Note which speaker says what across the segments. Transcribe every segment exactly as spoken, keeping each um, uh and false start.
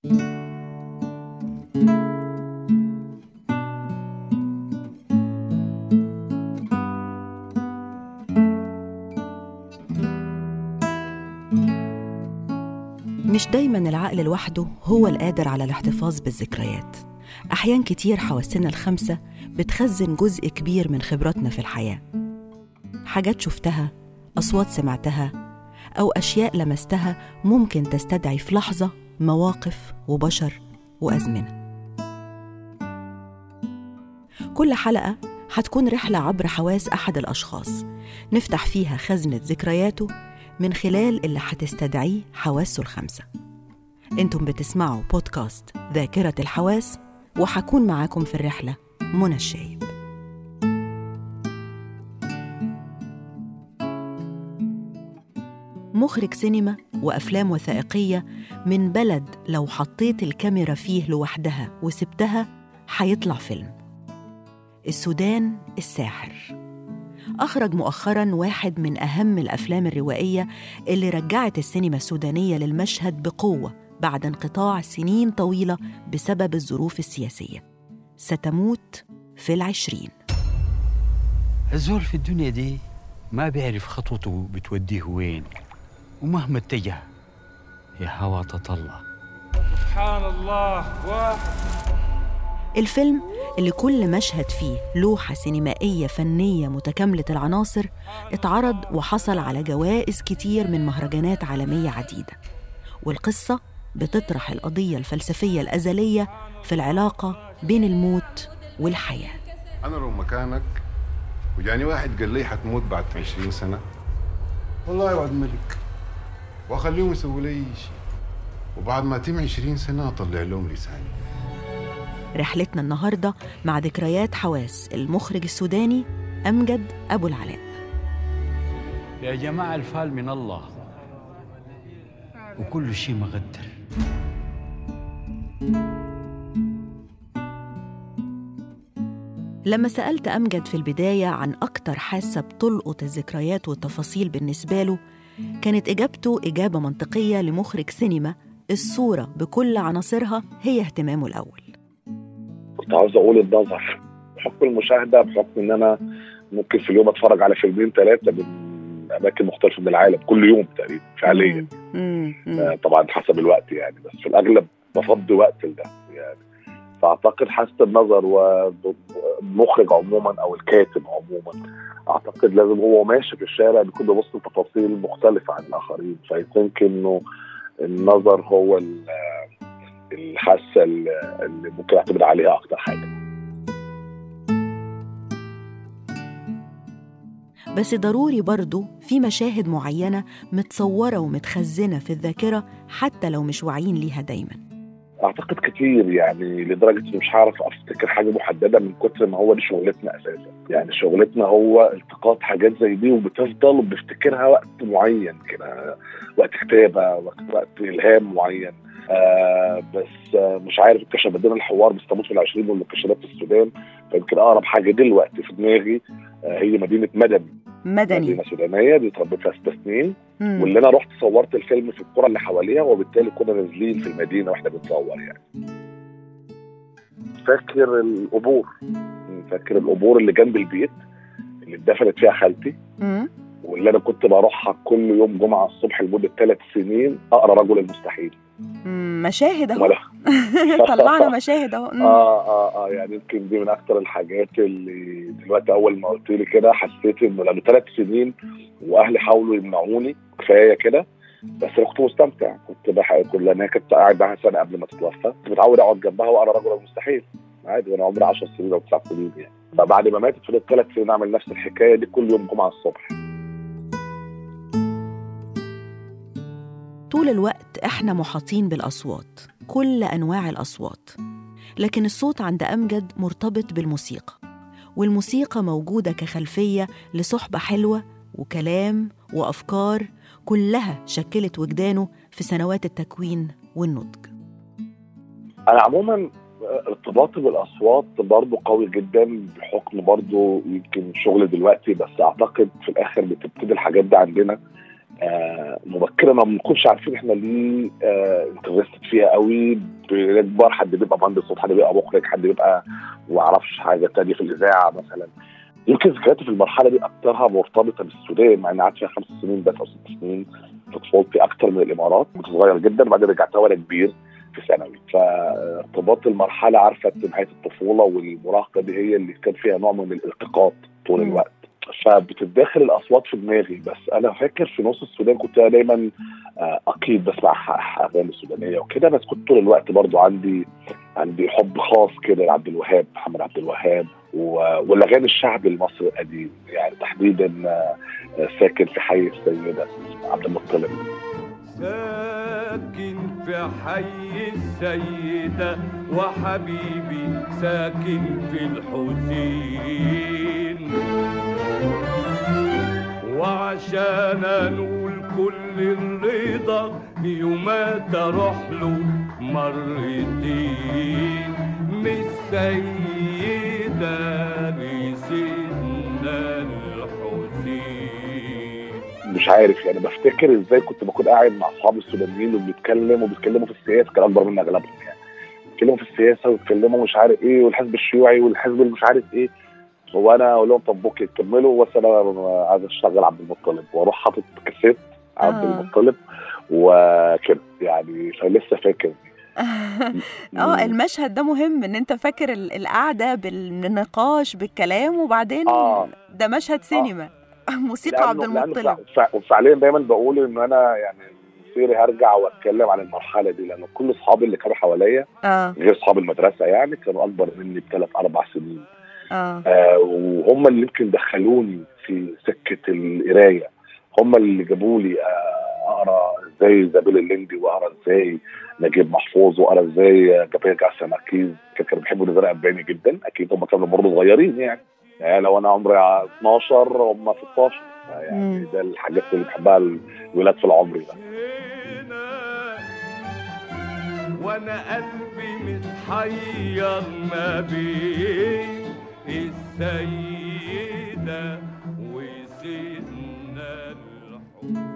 Speaker 1: مش دايماً العقل لوحده هو القادر على الاحتفاظ بالذكريات. أحيان كتير حواسنا الخمسة بتخزن جزء كبير من خبراتنا في الحياة، حاجات شفتها، أصوات سمعتها، أو أشياء لمستها ممكن تستدعي في لحظة مواقف وبشر وأزمنة. كل حلقة هتكون رحلة عبر حواس أحد الأشخاص نفتح فيها خزنة ذكرياته من خلال اللي هتستدعيه حواسه الخمسة. انتم بتسمعوا بودكاست ذاكرة الحواس، وحكون معاكم في الرحلة منى الشايب. مخرج سينما وأفلام وثائقية من بلد لو حطيت الكاميرا فيه لوحدها وسبتها حيطلع فيلم. السودان الساحر. أخرج مؤخراً واحد من أهم الأفلام الروائية اللي رجعت السينما السودانية للمشهد بقوة بعد انقطاع سنين طويلة بسبب الظروف السياسية. ستموت في العشرين.
Speaker 2: الزول في الدنيا دي ما بيعرف خطوته بتوديه وين، ومهما اتجه يا هوا تطلع.
Speaker 3: سبحان الله واحد.
Speaker 1: الفيلم اللي كل مشهد فيه لوحة سينمائية فنية متكاملة العناصر اتعرض وحصل على جوائز كتير من مهرجانات عالمية عديدة، والقصة بتطرح القضية الفلسفية الأزلية في العلاقة بين الموت والحياة.
Speaker 4: أنا لو مكانك وجاني واحد قال لي حتموت بعد عشرين سنة، والله يوعد ملك وأخليهم يسووا لي شيء، وبعد ما تم عشرين سنة أطلع لهم لساني.
Speaker 1: رحلتنا النهاردة مع ذكريات حواس المخرج السوداني أمجد أبو العلاء.
Speaker 2: يا جماعة الفال من الله وكل شيء مقدر.
Speaker 1: لما سألت أمجد في البداية عن أكتر حاسة بتلقط الذكريات والتفاصيل بالنسبة له، كانت إجابته إجابة منطقية لمخرج سينما الصورة بكل عناصرها هي اهتمامه الأول.
Speaker 5: كنت عاوز أقول النظر بحكم المشاهدة، بحكم إن أنا ممكن في اليوم أتفرج على فيلمين ثلاثة من أماكن مختلفة من العالم كل يوم تقريبا فعليا. آه طبعا حسب الوقت يعني، بس في الأغلب بفضي وقت لده يعني. فأعتقد حاسة النظر والمخرج عموما أو الكاتب عموما، أعتقد لازم هو ماشي في الشارع بيكون بيبص لتفاصيل مختلفة عن الآخرين، فيمكن إنه النظر هو الحاسة اللي ممكن أعتمد عليها أكتر حاجة.
Speaker 1: بس ضروري برضو في مشاهد معينة متصورة ومتخزنة في الذاكرة حتى لو مش واعيين ليها دايما.
Speaker 5: أعتقد كتير يعني، لدرجة مش هعرف أفتكر حاجة محددة من كتر ما هو دي شغلتنا أساسا. يعني شغلتنا هو التقاط حاجات زي دي وبتفضل وبفتكرها وقت معين كده، وقت كتابة، وقت, وقت إلهام معين. آه بس آه مش عارف الكشف بدنا الحوار بستموت في العشرين والمكشفات في السودان، فيمكن أقرب حاجة دلوقتي في دماغي آه هي مدينة مدني.
Speaker 1: مدني
Speaker 5: مدينة سودانية دي اتربيت فيها ست سنين، واللي أنا رحت صورت الفيلم في القرى اللي حواليها، وبالتالي كنا نازلين في المدينة واحنا بنصور يعني. فاكر القبور، فاكر القبور اللي جنب البيت اللي اتدفنت فيها خالتي، مم. واللي أنا كنت بروحها كل يوم جمعة الصبح لمدة ثلاث سنين أقرأ رجل المستحيل.
Speaker 1: مشاهد اهو. طلعنا مشاهد اهو.
Speaker 5: اه اه اه يعني يمكن دي من اكتر الحاجات اللي دلوقتي اول ما قلت لي كده حسيت انه لانه ثلاث سنين واهلي حاولوا يمنعوني كفايه كده، بس انا كنت مستمتع. كنت بحاول كل انا كنت قاعد معاها سنه قبل ما تتوفى، كنت متعود اقعد جنبها واقرا رجل المستحيل عادي وانا عمري عشر سنين او تسع سنين يعني. فبعد ما ماتت فضلت ثلاث سنين اعمل نفس الحكايه دي كل يوم جمعه الصبح.
Speaker 1: طول الوقت إحنا محاطين بالأصوات، كل أنواع الأصوات، لكن الصوت عند أمجد مرتبط بالموسيقى، والموسيقى موجودة كخلفية لصحبة حلوة وكلام وأفكار كلها شكلت وجدانه في سنوات التكوين والنضج.
Speaker 5: أنا عموماً ارتباطي بالأصوات برضو قوي جداً بحكم برضو يمكن شغل دلوقتي، بس أعتقد في الآخر بتبتدي الحاجات دي عندنا آه مبكرة ما بنكونش عارفين احنا ليه آه انترستد فيها قوي. بنكبر، حد بيبقى مهندس صوت، حد بيبقى مخرج، حد بيبقى وعرفش حاجة تانية في الإذاعة مثلا. يمكن ذكرياتي في المرحلة دي أكترها مرتبطة بالسودان، مع إني قعدت فيها خمس سنين بس أو ست سنين في طفولتي أكتر من الإمارات. كنت صغير جدا، وبعدين رجعت وأنا كبير في ثانوي. فارتباط المرحلة عارفة نهاية الطفولة والمراهقة دي هي اللي كان فيها نوع من الالتقاط طول الوقت، فبتتداخل الأصوات في دماغي. بس أنا فاكر في نص السودان كنت دايما أكيد بسمع أغاني السودانية وكده، بس كنت طول الوقت برضو عندي عندي حب خاص كده لعبد الوهاب، محمد عبد الوهاب والاغاني الشعبي المصري القديم، يعني تحديدا ساكن في حي السيدة عبد المطلب.
Speaker 6: ساكن في حي السيدة وحبيبي ساكن في الحسين، وعشان انول كل الرضا يومات اروح له مرتين، من السيدة لسيدنا الحسين.
Speaker 5: مش عارف يعني بفتكر ازاي كنت بكون قاعد مع اصحابي السودانيين وبيتكلموا وبيتكلموا في السياسه، كان اكبر مني اغلبهم يعني، بيتكلموا في السياسه ويتكلموا مش عارف ايه والحزب الشيوعي والحزب اللي مش عارف ايه، هو انا اقول لهم طب بوكي كملوا، بس انا عايز اشتغل عبد المطلب، واروح حاطط كاسيت عبد
Speaker 1: آه.
Speaker 5: المطلب وكده يعني. فلسه فاكر
Speaker 1: اه المشهد ده مهم، ان انت فاكر القعده بالنقاش بالكلام، وبعدين
Speaker 5: آه.
Speaker 1: ده مشهد سينما. آه. موسيقى
Speaker 5: لأنه
Speaker 1: عبد المطلب.
Speaker 5: وفعليا دايما بقول ان انا يعني مصيري هرجع واتكلم عن المرحله دي، لان كل اصحابي اللي كانوا حواليا
Speaker 1: آه.
Speaker 5: غير اصحاب المدرسه يعني كانوا اكبر مني بثلاث اربع سنين.
Speaker 1: آه.
Speaker 5: آه وهم اللي يمكن دخلوني في سكه القرايه، هم اللي جابوا لي آه اقرا ازاي زابيل الليندي، واقرا ازاي نجيب محفوظ، واقرا ازاي جابر جاسم ماركيز. كانوا بيحبوا نزار قباني جدا، اكيد هم كانوا برضه صغيرين يعني. يعني لو انا عمري اتناشر هم ستاشر، يعني ده الحاجات اللي بحبها الولاد في العمر ده.
Speaker 6: وانا قلبي متحير ما بين السيدة وسيدنا الحسين.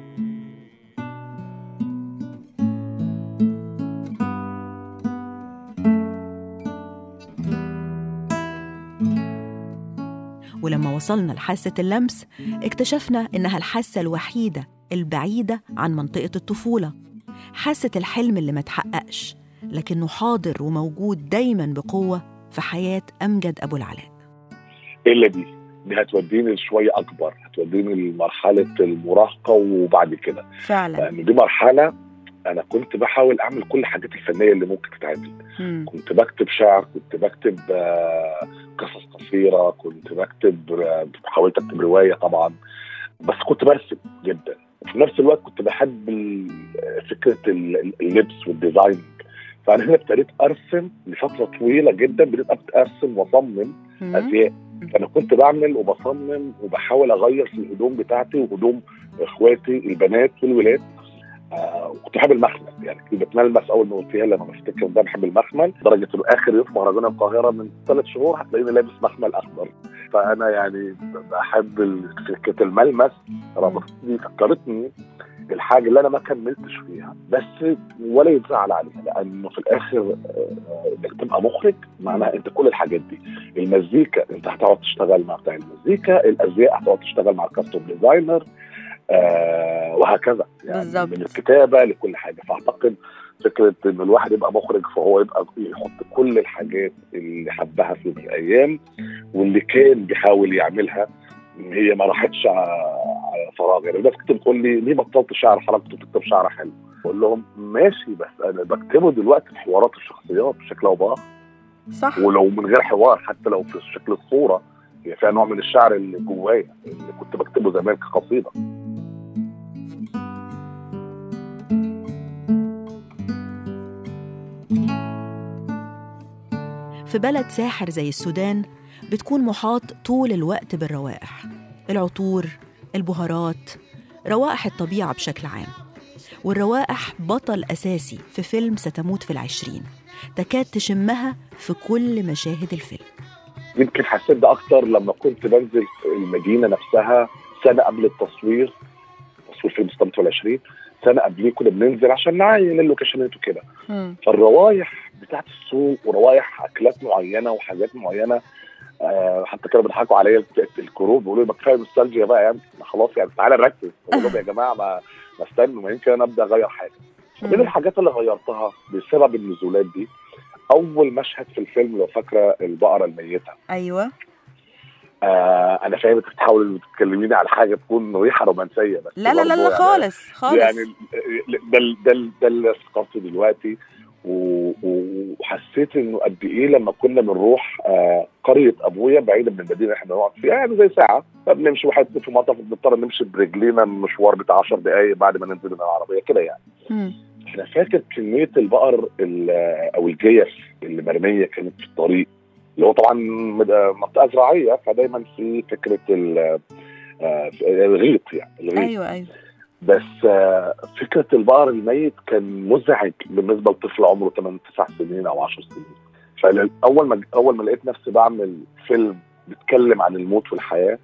Speaker 1: ولما وصلنا لحاسة اللمس اكتشفنا إنها الحاسة الوحيدة البعيدة عن منطقة الطفولة، حاسة الحلم اللي ما تحققش لكنه حاضر وموجود دايماً بقوة في حياة أمجد أبو العلاء.
Speaker 5: إلا دي دي هتوديني شوية أكبر، هتوديني لمرحلة المراهقة وبعد كده
Speaker 1: فعلاً،
Speaker 5: لأن دي مرحلة أنا كنت بحاول أعمل كل الحاجات الفنية اللي ممكن تتعمل. مم. كنت بكتب شعر، كنت بكتب آه قصص قصيرة، كنت بكتب آه حاولت أكتب رواية طبعاً، بس كنت برسم جدا. وفي نفس الوقت كنت بحب فكرة اللبس والديزاين، فأنا هنا ابتديت أرسم لفترة طويلة جدا، بديت أرسم وأصمم أزياء. فأنا كنت بعمل وبصمم وبحاول أغير في الهدوم بتاعتي وهدوم إخواتي البنات والولاد. آه كنت بحب المخمل، يعني كنت بتملمس أول ما قلتيها لما بفتكر ده، بحب المخمل لدرجة إنه آخر يوم مهرجان القاهرة من ثلاث شهور هتلاقيني لابس مخمل أخضر. فأنا يعني بحب فكرة الملمس. ربطتني فكرتني الحاجة اللي أنا ما كملتش فيها، بس ولا يتزعل عليها، لأنه في الآخر إنك تبقى مخرج معناها أنت كل الحاجات دي. المزيكا أنت هتقعد تشتغل مع بتاع المزيكا، الأزياء هتقعد تشتغل مع الكاستوم ديزاينر، آه وهكذا يعني بالزبط. من الكتابة لكل حاجة. فأعتقد فكرة إن الواحد يبقى مخرج فهو يبقى يحط كل الحاجات اللي حبها في الأيام واللي كان بيحاول يعملها، هي ما راحتش على فراغ. يعني الناس كنت بتقول لي ليه بطلت شعر حرام، كنت بتكتب شعر حلو؟ بقول لهم ماشي، بس انا بكتبه دلوقتي في حوارات الشخصيات بشكل او باخر،
Speaker 1: صح،
Speaker 5: ولو من غير حوار، حتى لو في شكل الصوره هي فيها نوع من الشعر اللي جوايا اللي كنت بكتبه زمان كقصيده.
Speaker 1: في بلد ساحر زي السودان بتكون محاط طول الوقت بالروائح، العطور، البهارات، روائح الطبيعة بشكل عام. والروائح بطل أساسي في فيلم ستموت في العشرين، تكاد تشمها في كل مشاهد الفيلم.
Speaker 5: يمكن حسيت ده أكتر لما كنت بنزل المدينة نفسها سنة قبل التصوير، والفيلم ستة وعشرين سنه قبليه كنا بننزل عشان نعين اللوكيشنات وكده. فالروايح بتاعت السوق وروايح اكلات معينه وحاجات معينه آه حتى كانوا بيضحكوا عليا الكروب بيقولوا لي ما كفايه نوستالجيا بقى يعني خلاص يعني تعالى نركز. بقول لهم يا جماعه ما ما استنوا ما يمكن انا ابدا اغير حاجه. من الحاجات اللي غيرتها بسبب النزولات دي اول مشهد في الفيلم لو فاكره البقره الميته.
Speaker 1: ايوه
Speaker 5: آه انا فاهم انت بتحاولي تتكلميني على حاجه تكون ريحه رومانسيه بس
Speaker 1: لا لا لا, لا خالص خالص
Speaker 5: يعني ده ده ده اللي افتكرته دلوقتي وحسيت انه قد ايه لما كنا بنروح آه قريه ابويا بعيده من المدينه اللي احنا بنقعد فيها يعني زي ساعه فبنمشي واحد في مطاف بنضطر نمشي برجلينا مشوار بتاع عشر دقائق بعد ما ننزل من العربيه كده يعني. م. انا فاكر كميه البقر او الجيف اللي مرميه كانت في الطريق اللي هو طبعا منطقه زراعيه فدايما في فكره الغيط يعني الغيط.
Speaker 1: ايوه ايوه
Speaker 5: بس فكره البقر الميت كان مزعج بالنسبه لطفل عمره ثمانية تسعة سنين او عشر سنين. فاول ما اول ما لقيت نفسي بعمل فيلم بيتكلم عن الموت والحياه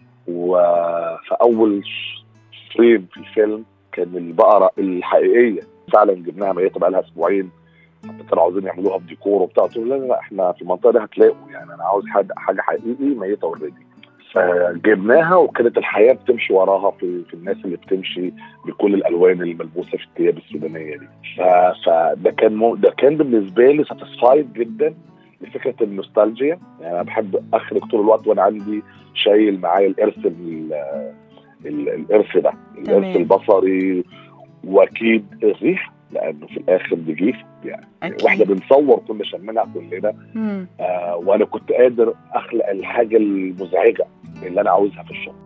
Speaker 5: وفاول فريم في الفيلم كان البقره الحقيقيه فعلا جبناها ميته بقى لها اسبوعين حتى كانوا عاوزين يعملوها بديكور وبتاع. قلت لا لا احنا في المنطقه دي هتلاقوا يعني انا عاوز حاجه حاجه حقيقي ميته اوريدي. فجبناها وكانت الحياه بتمشي وراها في, في الناس اللي بتمشي بكل الالوان الملبوسه في الثياب السودانيه دي. فده كان مو ده كان بالنسبه لي ساتيسفايد جدا لفكره النوستالجيا. يعني انا بحب اخرج طول الوقت وانا عندي شايل معايا الارث الارث ده الارث البصري واكيد الريح لانه في الاخر بيجيف يعني أكيد. واحده بنصور كنا شمناها كلنا آه وانا كنت قادر اخلق الحاجه المزعجه اللي انا عاوزها في الشغل.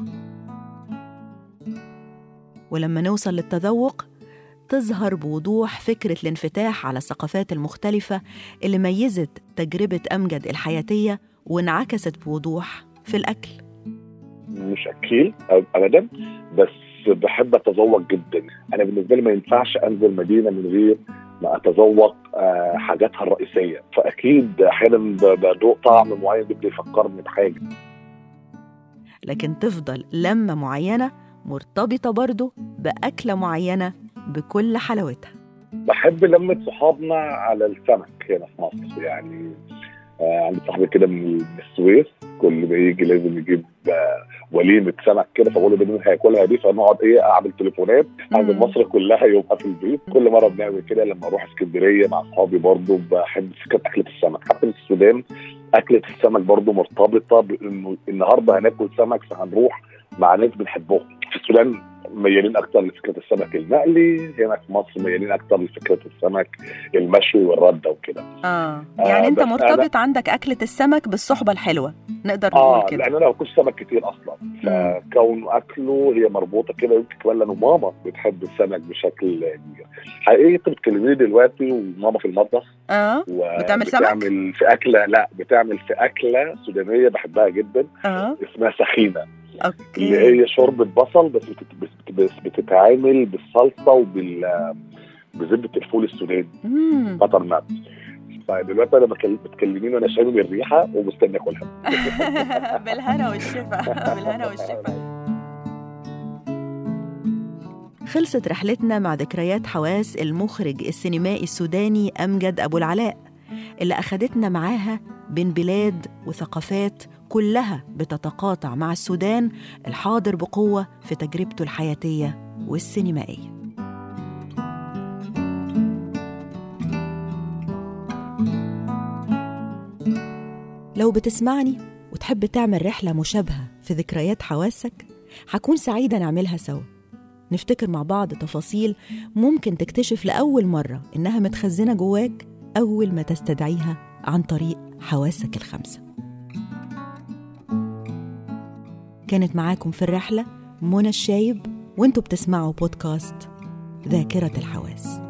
Speaker 1: ولما نوصل للتذوق تظهر بوضوح فكرة الانفتاح على الثقافات المختلفة اللي ميزت تجربة أمجد الحياتية وانعكست بوضوح في الأكل.
Speaker 5: مش أكيل أبداً بس بحب أتذوق جداً. أنا بالنسبة لي ما ينفعش أنزل مدينة من غير ما أتذوق حاجاتها الرئيسية. فأكيد أحياناً بدوق طعم معين بيبدأ يفكرني بحاجة
Speaker 1: لكن تفضل لمة معينة مرتبطة برضو بأكلة معينة بكل حلاوتها.
Speaker 5: بحب لمة صحابنا على السمك هنا في مصر. يعني آه عندي صاحبي كده من السويس كل ما يجي لازم يجيب آه وليمة سمك كده فبقول له بدون هياكلها دي فنقعد ايه اعمل تليفونات عند مصر كلها يبقى في البيت. كل مرة بنعمل كده. لما اروح اسكندرية مع اصحابي برضو بحب فكرة أكلة السمك. حتى في السودان أكلة السمك برضو مرتبطة بانه النهارده هناكل سمك فهنروح مع ناس بنحبهم. في السودان ميالين اكتر لفكره السمك المقلي. هنا في مصر ميالين اكتر لفكره السمك المشوي والرده وكده.
Speaker 1: اه يعني آه انت مرتبط عندك اكله السمك بالصحبه الحلوه نقدر نقول
Speaker 5: آه
Speaker 1: كده.
Speaker 5: لان انا ما باكلش سمك كتير اصلا فكون اكله هي مربوطه كده. يمكن كمان لانه ماما بتحب السمك بشكل كبير. حقيقي انت بتكلميني دلوقتي وماما في المطبخ
Speaker 1: اه بتعمل سمك
Speaker 5: بتعمل في اكله لا بتعمل في اكله سودانيه بحبها جدا آه. اسمها سخينه.
Speaker 1: أوكي.
Speaker 5: اللي هي شوربة بصل بس بس بتتعامل بالصلصة وبال بزبدة الفول السوداني بطر نات. فدلوقتي أنا بتكلمين وأنا شامم الريحة ومستني أكلها.
Speaker 1: بالهنا والشفا بالهنا والشفا. خلصت رحلتنا مع ذكريات حواس المخرج السينمائي السوداني أمجد أبو العلاء اللي أخدتنا معاها بين بلاد وثقافات كلها بتتقاطع مع السودان الحاضر بقوة في تجربته الحياتية والسينمائية. لو بتسمعني وتحب تعمل رحلة مشابهة في ذكريات حواسك هكون سعيدة نعملها سوا. نفتكر مع بعض تفاصيل ممكن تكتشف لأول مرة إنها متخزنة جواك أول ما تستدعيها عن طريق حواسك الخمسة. كانت معاكم في الرحلة منى الشايب وانتوا بتسمعوا بودكاست ذاكرة الحواس.